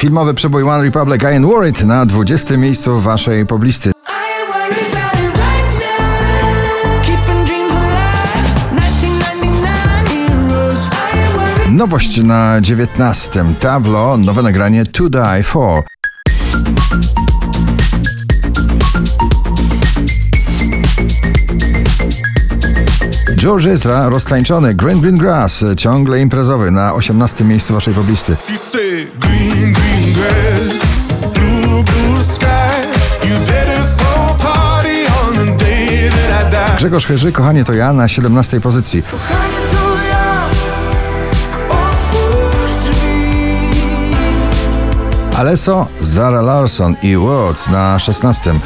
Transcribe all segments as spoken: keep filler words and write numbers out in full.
Filmowy przebój One Republic, I Ain't Worried na dwudziestym miejscu waszej poblisty. Nowość na dziewiętnastym. Tablo, nowe nagranie To Die For. George Ezra, roztańczony Green Green Grass, ciągle imprezowy na osiemnastym miejscu waszej poblisty. Grzegorz Herzy, Kochanie to ja na siedemnastej pozycji. Alesso, Zara Larsson i Words na szesnastym.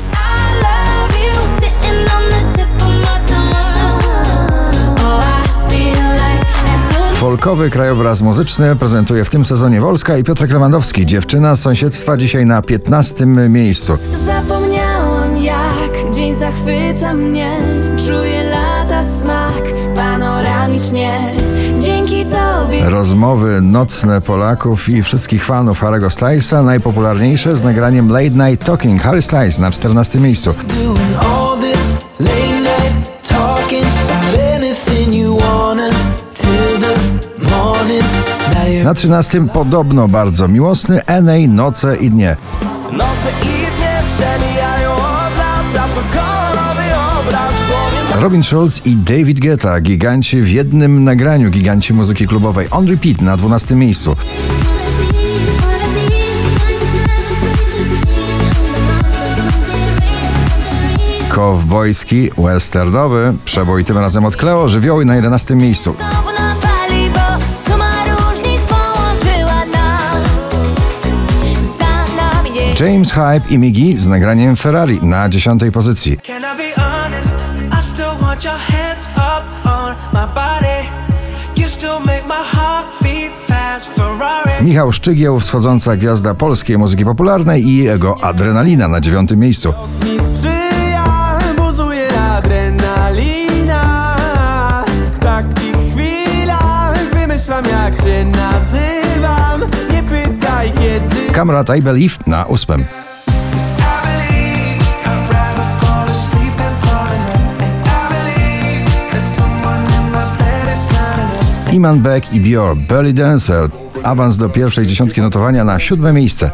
Folkowy krajobraz muzyczny prezentuje w tym sezonie Wolska i Piotrek Lewandowski. Dziewczyna z sąsiedztwa dzisiaj na piętnastym miejscu. Zapomniałam, jak dzień zachwyca mnie. Czuję lata smak panoramicznie. Dzięki tobie. Rozmowy nocne Polaków i wszystkich fanów Harry'ego Stylesa. Najpopularniejsze z nagraniem Late Night Talking. Harry Styles na czternastym miejscu. Na trzynastym podobno bardzo miłosny N A Noce i dnie. Noce i dnie przemijają obraz, a twój kolorowy obraz w głowie. Robin Schulz i David Guetta, giganci w jednym nagraniu, giganci muzyki klubowej. On Repeat na dwunastym miejscu. Kowbojski, westernowy przebój tym razem od Cleo, Żywioły na jedenastym miejscu. James Hype i Miggy z nagraniem Ferrari na dziesiątej pozycji. Michał Szczygieł, wschodząca gwiazda polskiej muzyki popularnej i jego Adrenalina na dziewiątym miejscu. W takich chwilach wymyślam, jak się nazywam. Nie pytaj kiedy. Kamrat I Believe na ósmym. Iman Beck i Bior, Belly Dancer. Awans do pierwszej dziesiątki notowania na siódme miejsce.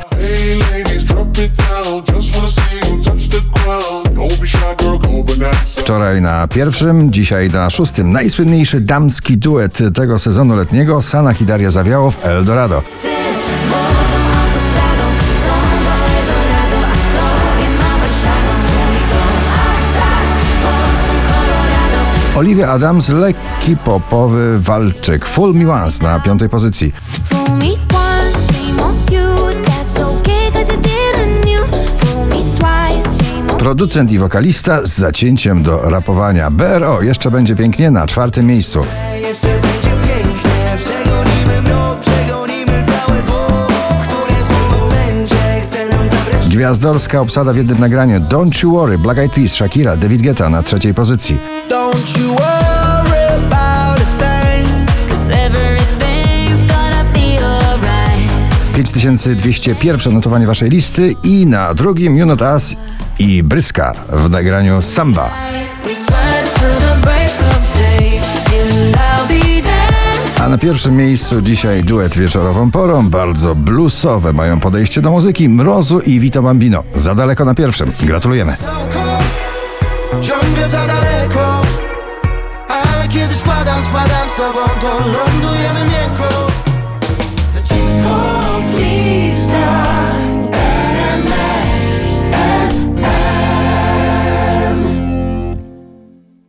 Wczoraj na pierwszym, dzisiaj na szóstym. Najsłynniejszy damski duet tego sezonu letniego. Sanach i Daria Zawiałow, Eldorado. Olivia Adams, lekki popowy walczyk. Fool Me Once na piątej pozycji. Producent i wokalista z zacięciem do rapowania. B R O, Jeszcze będzie pięknie na czwartym miejscu. Gwiazdorska obsada w jednym nagraniu. Don't You Worry, Black Eyed Peas, Shakira, David Guetta na trzeciej pozycji. Don't you worry about a thing, 'cause everything's gonna be alright. pięć tysięcy dwieście jeden notowanie waszej listy i na drugim You Not Us i Bryska w nagraniu Samba. A na pierwszym miejscu dzisiaj duet wieczorową porą. Bardzo bluesowe mają podejście do muzyki. Mrozu i Vito Bambino. Za daleko na pierwszym. Gratulujemy. Ciągle za daleko, ale kiedy spadam, spadam z tobą, to lądujemy.